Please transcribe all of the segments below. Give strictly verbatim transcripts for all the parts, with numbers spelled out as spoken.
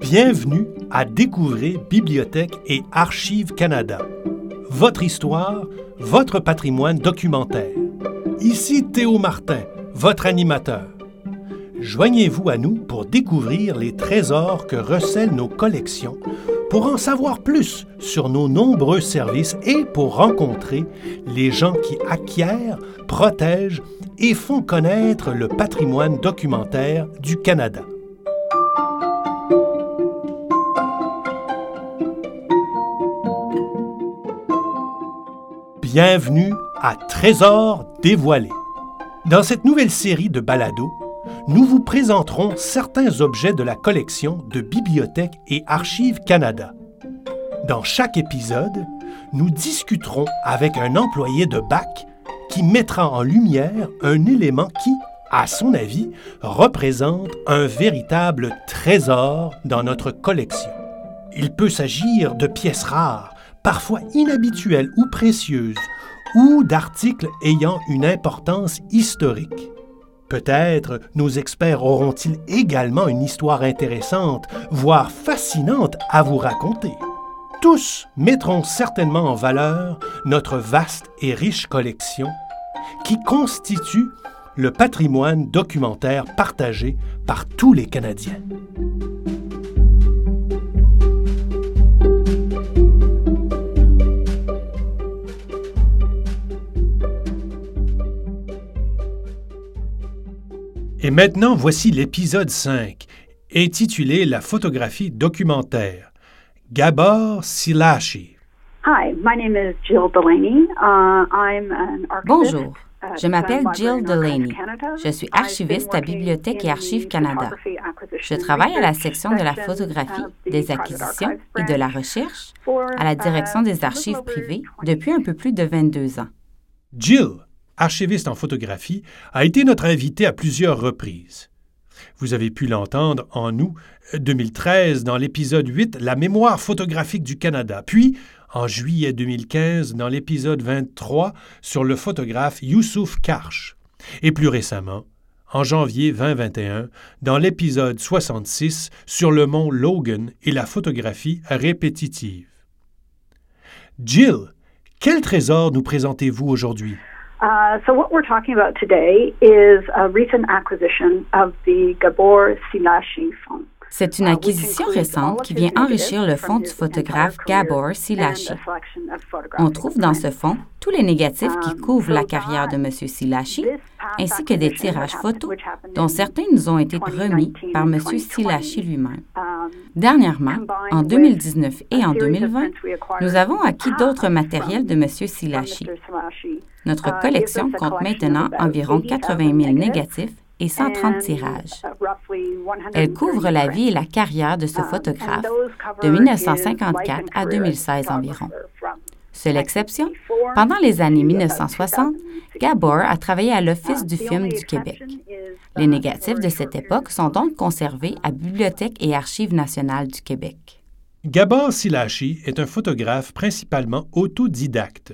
Bienvenue à Découvrir Bibliothèque et Archives Canada. Votre histoire, votre patrimoine documentaire. Ici Théo Martin, votre animateur. Joignez-vous à nous pour découvrir les trésors que recèlent nos collections, pour en savoir plus sur nos nombreux services et pour rencontrer les gens qui acquièrent, protègent et font connaître le patrimoine documentaire du Canada. Bienvenue à Trésors dévoilés. Dans cette nouvelle série de balados, nous vous présenterons certains objets de la collection de Bibliothèque et Archives Canada. Dans chaque épisode, nous discuterons avec un employé de B A C qui mettra en lumière un élément qui, à son avis, représente un véritable trésor dans notre collection. Il peut s'agir de pièces rares, parfois inhabituelles ou précieuses, ou d'articles ayant une importance historique. Peut-être nos experts auront-ils également une histoire intéressante, voire fascinante à vous raconter. Tous mettront certainement en valeur notre vaste et riche collection qui constitue le patrimoine documentaire partagé par tous les Canadiens. Et maintenant, voici l'épisode cinq, intitulé « La photographie documentaire ». Gabor Szilási. Hi, my name is Jill Delaney. Uh, I'm an archivist. Bonjour, je m'appelle Jill Delaney. Je suis archiviste à Bibliothèque et Archives Canada. Je travaille à la section de la photographie, des acquisitions et de la recherche à la direction des archives privées depuis un peu plus de vingt-deux ans. Jill, archiviste en photographie, a été notre invitée à plusieurs reprises. Vous avez pu l'entendre en août deux mille treize dans l'épisode huit « La mémoire photographique du Canada », puis en juillet deux mille quinze dans l'épisode vingt-trois sur le photographe Youssouf Karch, et plus récemment, en janvier deux mille vingt et un, dans l'épisode soixante-six sur le mont Logan et la photographie répétitive. Jill, quel trésor nous présentez-vous aujourd'hui? Uh, so what we're talking about today is a recent acquisition of the Gabor Szilási Fund. C'est une acquisition récente qui vient enrichir le fonds du photographe Gabor Szilási. On trouve dans ce fonds tous les négatifs qui couvrent la carrière de M. Szilási, ainsi que des tirages photos, dont certains nous ont été remis par M. Szilási lui-même. Dernièrement, en deux mille dix-neuf et en deux mille vingt, nous avons acquis d'autres matériels de M. Szilási. Notre collection compte maintenant environ quatre-vingt mille négatifs et cent trente tirages. Elle couvre la vie et la carrière de ce photographe de mille neuf cent cinquante-quatre à deux mille seize environ. Seule exception, pendant les années mille neuf cent soixante, Gabor a travaillé à l'Office du film du Québec. Les négatifs de cette époque sont donc conservés à Bibliothèque et Archives nationales du Québec. Gabor Szilási est un photographe principalement autodidacte.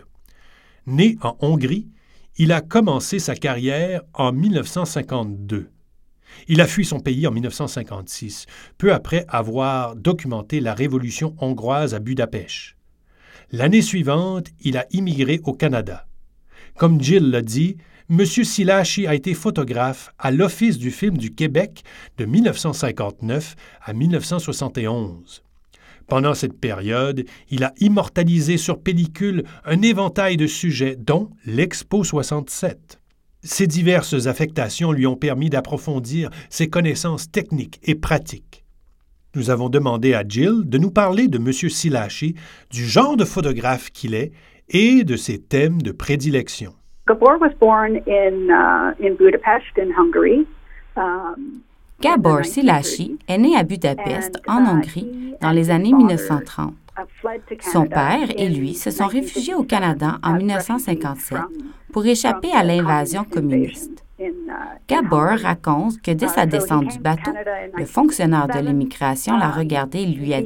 Né en Hongrie, il a commencé sa carrière en mille neuf cent cinquante-deux. Il a fui son pays en mille neuf cent cinquante-six, peu après avoir documenté la Révolution hongroise à Budapest. L'année suivante, il a immigré au Canada. Comme Jill l'a dit, M. Szilási a été photographe à l'Office du film du Québec de mille neuf cent cinquante-neuf à mille neuf cent soixante et onze. Pendant cette période, il a immortalisé sur pellicule un éventail de sujets, dont l'Expo soixante-sept. Ces diverses affectations lui ont permis d'approfondir ses connaissances techniques et pratiques. Nous avons demandé à Jill de nous parler de M. Szilási, du genre de photographe qu'il est et de ses thèmes de prédilection. Gabor was born in, uh, in Budapest, in Hungary. Um, Gabor Szilási est né à Budapest, en Hongrie, dans les années mille neuf cent trente. Son père et lui se sont réfugiés au Canada en mille neuf cent cinquante-sept pour échapper à l'invasion communiste. Gabor raconte que dès sa descente du bateau, le fonctionnaire de l'immigration l'a regardé et lui a dit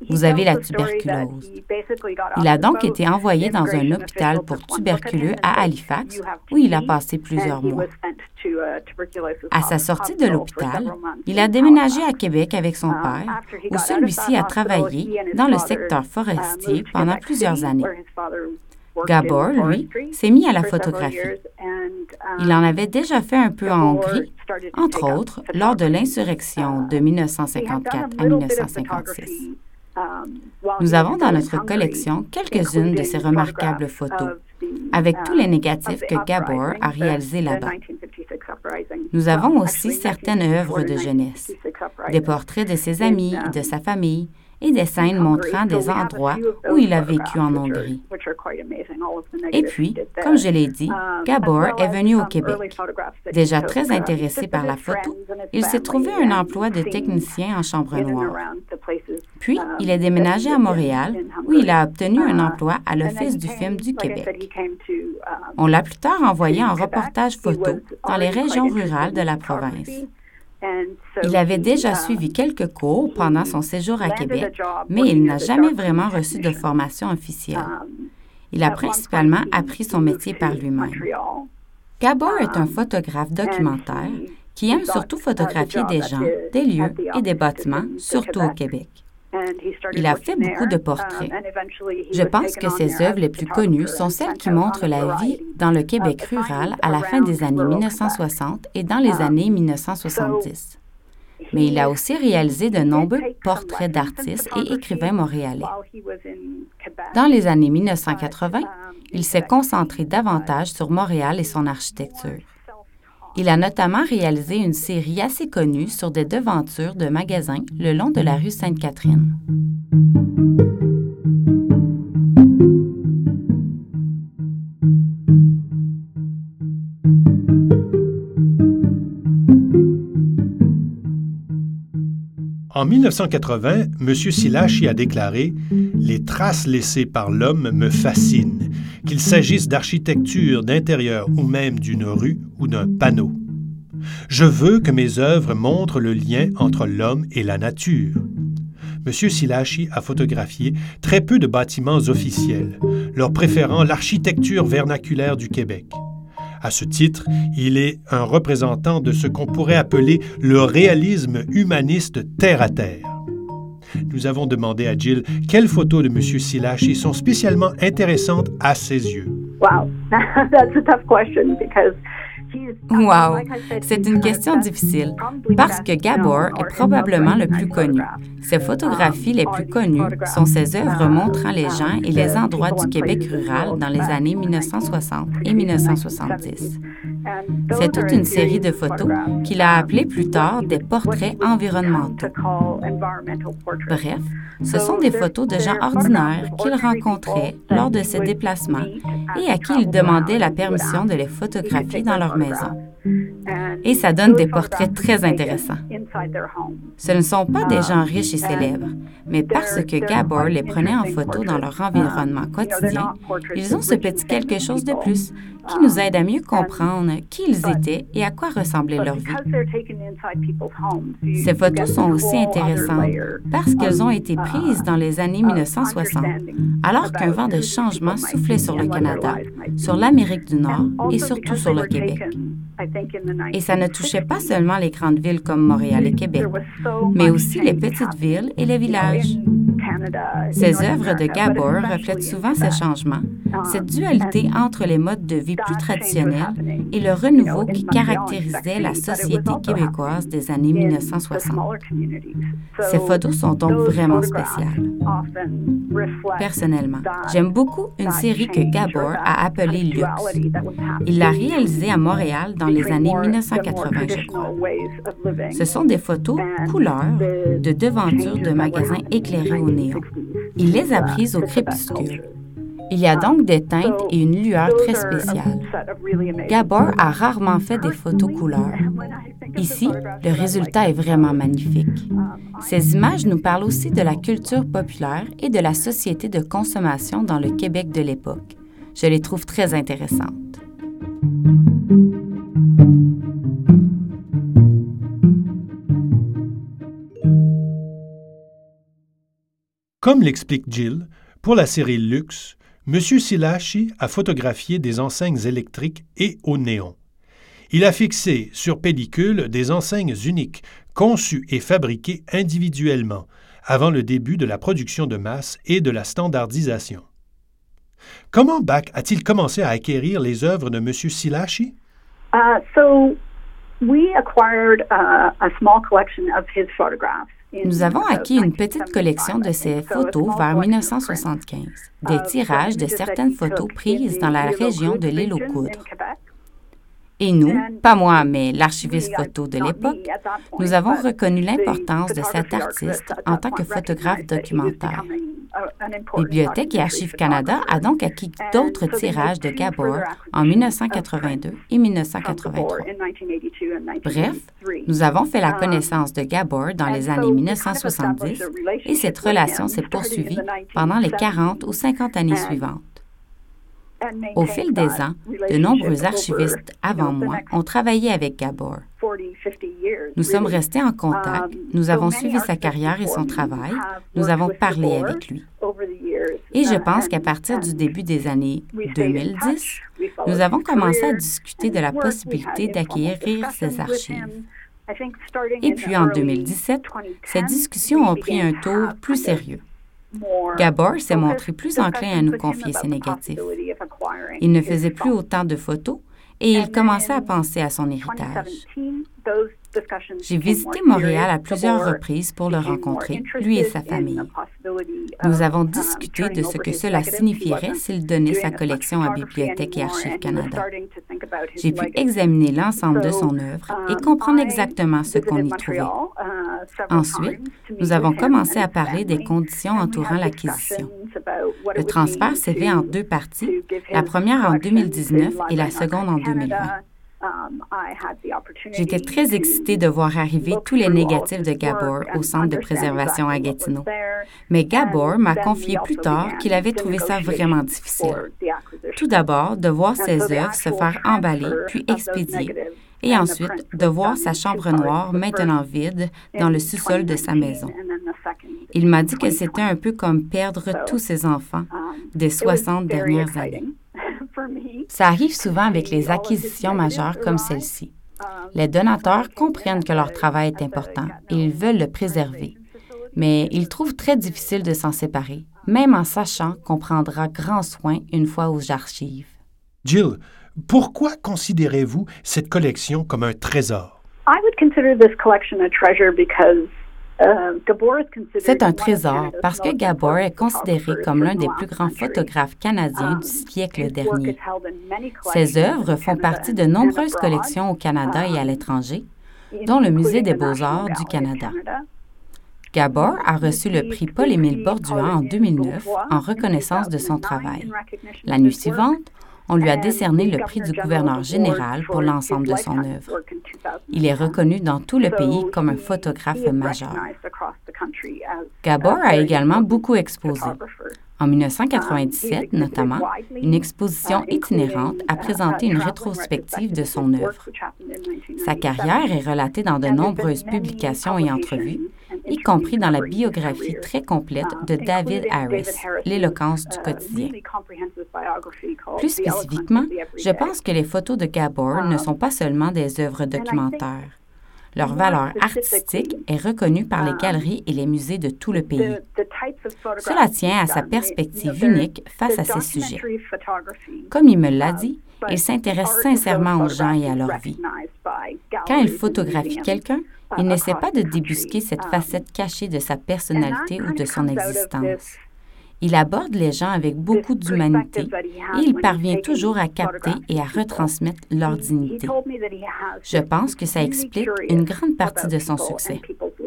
Vous avez la tuberculose. Il a donc été envoyé dans un hôpital pour tuberculeux à Halifax, où il a passé plusieurs mois. À sa sortie de l'hôpital, il a déménagé à Québec avec son père, où celui-ci a travaillé dans le secteur forestier pendant plusieurs années. Gabor, lui, s'est mis à la photographie. Il en avait déjà fait un peu en Hongrie, entre autres lors de l'insurrection de mille neuf cent cinquante-quatre à mille neuf cent cinquante-six. Nous avons dans notre collection quelques-unes de ces remarquables photos, avec tous les négatifs que Gabor a réalisés là-bas. Nous avons aussi certaines œuvres de jeunesse, des portraits de ses amis et de sa famille, et des scènes montrant des endroits où il a vécu en Hongrie. Et puis, comme je l'ai dit, Gabor est venu au Québec. Déjà très intéressé par la photo, il s'est trouvé un emploi de technicien en chambre noire. Puis, il est déménagé à Montréal, où il a obtenu un emploi à l'Office du film du Québec. On l'a plus tard envoyé en reportage photo dans les régions rurales de la province. Il avait déjà suivi quelques cours pendant son séjour à Québec, mais il n'a jamais vraiment reçu de formation officielle. Il a principalement appris son métier par lui-même. Gabor est un photographe documentaire qui aime surtout photographier des gens, des lieux et des bâtiments, surtout au Québec. Il a fait beaucoup de portraits. Je pense que ses œuvres les plus connues sont celles qui montrent la vie dans le Québec rural à la fin des années mille neuf cent soixante et dans les années mille neuf cent soixante-dix. Mais il a aussi réalisé de nombreux portraits d'artistes et écrivains montréalais. Dans les années mille neuf cent quatre-vingts, il s'est concentré davantage sur Montréal et son architecture. Il a notamment réalisé une série assez connue sur des devantures de magasins le long de la rue Sainte-Catherine. En mille neuf cent quatre-vingts, M. Szilási a déclaré « Les traces laissées par l'homme me fascinent, qu'il s'agisse d'architecture, d'intérieur ou même d'une rue ou d'un panneau. Je veux que mes œuvres montrent le lien entre l'homme et la nature. » M. Szilási a photographié très peu de bâtiments officiels, leur préférant l'architecture vernaculaire du Québec. À ce titre, il est un représentant de ce qu'on pourrait appeler le réalisme humaniste terre-à-terre. Nous avons demandé à Jill quelles photos de M. Szilási sont spécialement intéressantes à ses yeux. Wow, that's a tough question because Wow, c'est une question difficile, parce que Gabor est probablement le plus connu. Ses photographies les plus connues sont ses œuvres montrant les gens et les endroits du Québec rural dans les années mille neuf cent soixante et mille neuf cent soixante-dix. C'est toute une série de photos qu'il a appelées plus tard des portraits environnementaux. Bref, ce sont des photos de gens ordinaires qu'il rencontrait lors de ses déplacements et à qui il demandait la permission de les photographier dans leur maison. Et ça donne des portraits très intéressants. Ce ne sont pas des gens riches et célèbres, mais parce que Gabor les prenait en photo dans leur environnement quotidien, ils ont ce petit quelque chose de plus qui nous aide à mieux comprendre qui ils étaient et à quoi ressemblait leur vie. Ces photos sont aussi intéressantes parce qu'elles ont été prises dans les années mille neuf cent soixante, alors qu'un vent de changement soufflait sur le Canada, sur l'Amérique du Nord et surtout sur le Québec. Et ça ne touchait pas seulement les grandes villes comme Montréal et Québec, mais aussi les petites villes et les villages. Ces œuvres de Gabor reflètent souvent ces changements, cette dualité entre les modes de vie plus traditionnels et le renouveau qui caractérisait la société québécoise des années mille neuf cent soixante. Ces photos sont donc vraiment spéciales. Personnellement, j'aime beaucoup une série que Gabor a appelée Luxe. Il l'a réalisée à Montréal dans les années mille neuf cent quatre-vingts, je crois. Ce sont des photos couleurs de devantures de magasins éclairés au néon. Il les a prises au crépuscule. Il y a donc des teintes et une lueur très spéciale. Gabor a rarement fait des photos couleurs. Ici, le résultat est vraiment magnifique. Ces images nous parlent aussi de la culture populaire et de la société de consommation dans le Québec de l'époque. Je les trouve très intéressantes. Comme l'explique Jill, pour la série Luxe, M. Szilási a photographié des enseignes électriques et au néon. Il a fixé sur pellicule des enseignes uniques, conçues et fabriquées individuellement, avant le début de la production de masse et de la standardisation. Comment Bach a-t-il commencé à acquérir les œuvres de M. Szilási? Uh, so we acquired uh, a small collection of his photographs. Nous avons acquis une petite collection de ses photos vers dix-neuf cent soixante-quinze, des tirages de certaines photos prises dans la région de l'île aux Coudres. Et nous, pas moi, mais l'archiviste photo de l'époque, nous avons reconnu l'importance de cet artiste en tant que photographe documentaire. Bibliothèque et Archives Canada a donc acquis d'autres tirages de Gabor en mille neuf cent quatre-vingt-deux et mille neuf cent quatre-vingt-trois. Bref, nous avons fait la connaissance de Gabor dans les années mille neuf cent soixante-dix et cette relation s'est poursuivie pendant les quarante ou cinquante années suivantes. Au fil des ans, de nombreux archivistes avant moi ont travaillé avec Gabor. Nous sommes restés en contact, nous avons suivi sa carrière et son travail, nous avons parlé avec lui. Et je pense qu'à partir du début des années deux mille dix, nous avons commencé à discuter de la possibilité d'acquérir ses archives. Et puis en deux mille dix-sept, ces discussions ont pris un tour plus sérieux. Gabor s'est montré plus enclin à nous confier ses négatifs. Il ne faisait plus autant de photos et il commençait à penser à son héritage. J'ai visité Montréal à plusieurs reprises pour le rencontrer, lui et sa famille. Nous avons discuté de ce que cela signifierait s'il donnait sa collection à Bibliothèque et Archives Canada. J'ai pu examiner l'ensemble de son œuvre et comprendre exactement ce qu'on y trouvait. Ensuite, nous avons commencé à parler des conditions entourant l'acquisition. Le transfert s'est fait en deux parties, la première en deux mille dix-neuf et la seconde en deux mille vingt. J'étais très excitée de voir arriver tous les négatifs de Gabor au Centre de préservation à Gatineau. Mais Gabor m'a confié plus tard qu'il avait trouvé ça vraiment difficile. Tout d'abord, de voir ses œuvres se faire emballer puis expédier, et ensuite de voir sa chambre noire maintenant vide dans le sous-sol de sa maison. Il m'a dit que c'était un peu comme perdre tous ses enfants des soixante dernières années. Ça arrive souvent avec les acquisitions majeures comme celle-ci. Les donateurs comprennent que leur travail est important et ils veulent le préserver. Mais ils trouvent très difficile de s'en séparer, même en sachant qu'on prendra grand soin une fois aux archives. Jill, pourquoi considérez-vous cette collection comme un trésor? I would consider this collection a treasure because C'est un trésor parce que Gabor est considéré comme l'un des plus grands photographes canadiens du siècle dernier. Ses œuvres font partie de nombreuses collections au Canada et à l'étranger, dont le Musée des beaux-arts du Canada. Gabor a reçu le prix Paul-Émile Borduas en deux mille neuf en reconnaissance de son travail. L'année suivante, on lui a décerné le prix du gouverneur général pour l'ensemble de son œuvre. Il est reconnu dans tout le pays comme un photographe majeur. Gabor a également beaucoup exposé. En mille neuf cent quatre-vingt-dix-sept, notamment, une exposition itinérante a présenté une rétrospective de son œuvre. Sa carrière est relatée dans de nombreuses publications et entrevues, y compris dans la biographie très complète de David Harris, L'éloquence du quotidien. Plus spécifiquement, je pense que les photos de Gabor ne sont pas seulement des œuvres documentaires. Leur valeur artistique est reconnue par les galeries et les musées de tout le pays. Cela tient à sa perspective unique face à ces sujets. Comme il me l'a dit, il s'intéresse sincèrement aux gens et à leur vie. Quand il photographie quelqu'un, il n'essaie pas de débusquer cette facette cachée de sa personnalité ou de son existence. Il aborde les gens avec beaucoup d'humanité et il parvient toujours à capter et à retransmettre leur dignité. Je pense que ça explique une grande partie de son succès.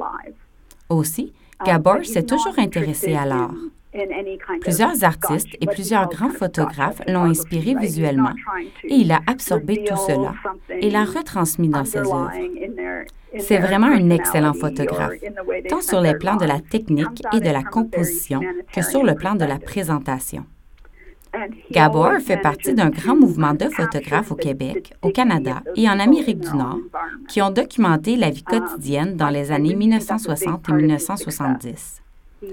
Aussi, Gabor s'est toujours intéressé à l'art. Plusieurs artistes et plusieurs grands photographes l'ont inspiré visuellement et il a absorbé tout cela et l'a retransmis dans ses œuvres. C'est vraiment un excellent photographe, tant sur les plans de la technique et de la composition que sur le plan de la présentation. Gabor fait partie d'un grand mouvement de photographes au Québec, au Canada et en Amérique du Nord qui ont documenté la vie quotidienne dans les années mille neuf cent soixante et mille neuf cent soixante-dix.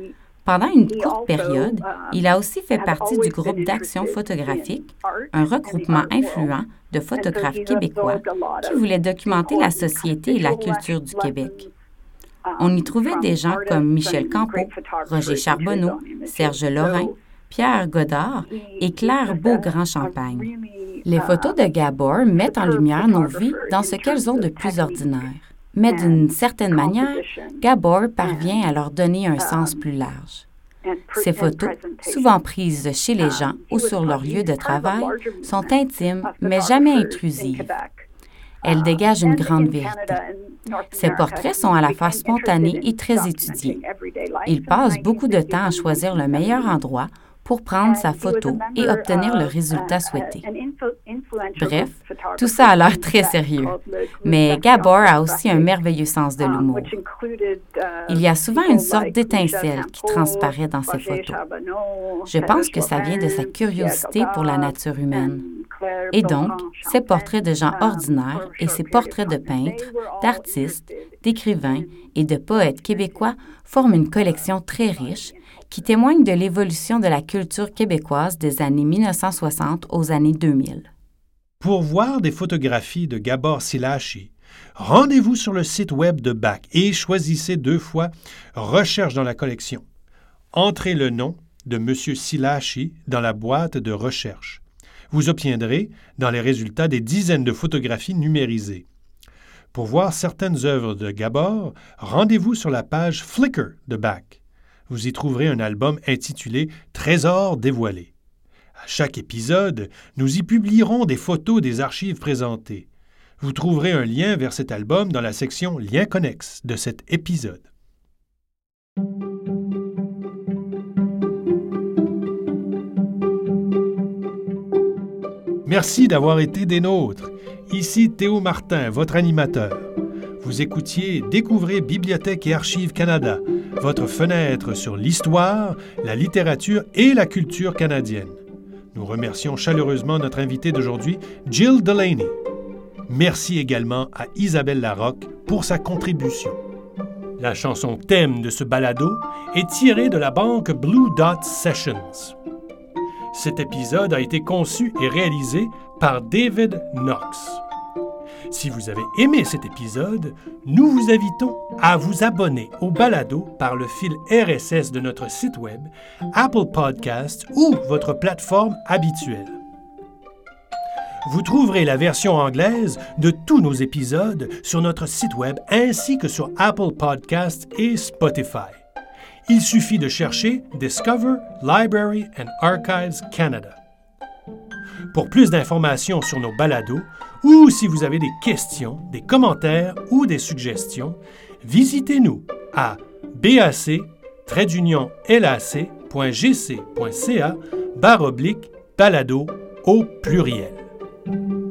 Pendant une courte période, il a aussi fait partie du groupe d'action photographique, un regroupement influent de photographes québécois qui voulait documenter la société et la culture du Québec. On y trouvait des gens comme Michel Campeau, Roger Charbonneau, Serge Lorrain, Pierre Godard et Claire Beaugrand-Champagne. Les photos de Gabor mettent en lumière nos vies dans ce qu'elles ont de plus ordinaire. Mais d'une certaine manière, Gabor parvient à leur donner un sens plus large. Ces photos, souvent prises chez les gens ou sur leur lieu de travail, sont intimes mais jamais intrusives. Elles dégagent une grande vérité. Ces portraits sont à la fois spontanés et très étudiés. Il passe beaucoup de temps à choisir le meilleur endroit pour prendre sa photo et obtenir le résultat souhaité. Bref, tout ça a l'air très sérieux. Mais Gabor a aussi un merveilleux sens de l'humour. Il y a souvent une sorte d'étincelle qui transparaît dans ses photos. Je pense que ça vient de sa curiosité pour la nature humaine. Et donc, ces portraits de gens ordinaires et ces portraits de peintres, d'artistes, d'écrivains et de poètes québécois forment une collection très riche qui témoigne de l'évolution de la culture québécoise des années mille neuf cent soixante aux années deux mille. Pour voir des photographies de Gabor Szilási, rendez-vous sur le site web de B A C et choisissez deux fois « Recherche dans la collection ». Entrez le nom de M. Szilási dans la boîte de recherche. Vous obtiendrez dans les résultats des dizaines de photographies numérisées. Pour voir certaines œuvres de Gabor, rendez-vous sur la page Flickr de B A C. Vous y trouverez un album intitulé « Trésors dévoilés ». À chaque épisode, nous y publierons des photos des archives présentées. Vous trouverez un lien vers cet album dans la section « Liens connexes » de cet épisode. Merci d'avoir été des nôtres. Ici Théo Martin, votre animateur. Vous écoutiez Découvrez Bibliothèque et Archives Canada, votre fenêtre sur l'histoire, la littérature et la culture canadienne. Nous remercions chaleureusement notre invitée d'aujourd'hui, Jill Delaney. Merci également à Isabelle Larocque pour sa contribution. La chanson thème de ce balado est tirée de la banque Blue Dot Sessions. Cet épisode a été conçu et réalisé par David Knox. Si vous avez aimé cet épisode, nous vous invitons à vous abonner au balado par le fil R S S de notre site web, Apple Podcasts ou votre plateforme habituelle. Vous trouverez la version anglaise de tous nos épisodes sur notre site web ainsi que sur Apple Podcasts et Spotify. Il suffit de chercher Discover Library and Archives Canada. Pour plus d'informations sur nos balados, ou si vous avez des questions, des commentaires ou des suggestions, visitez-nous à bac trait d'union lac point g c point c a barre oblique balado au pluriel.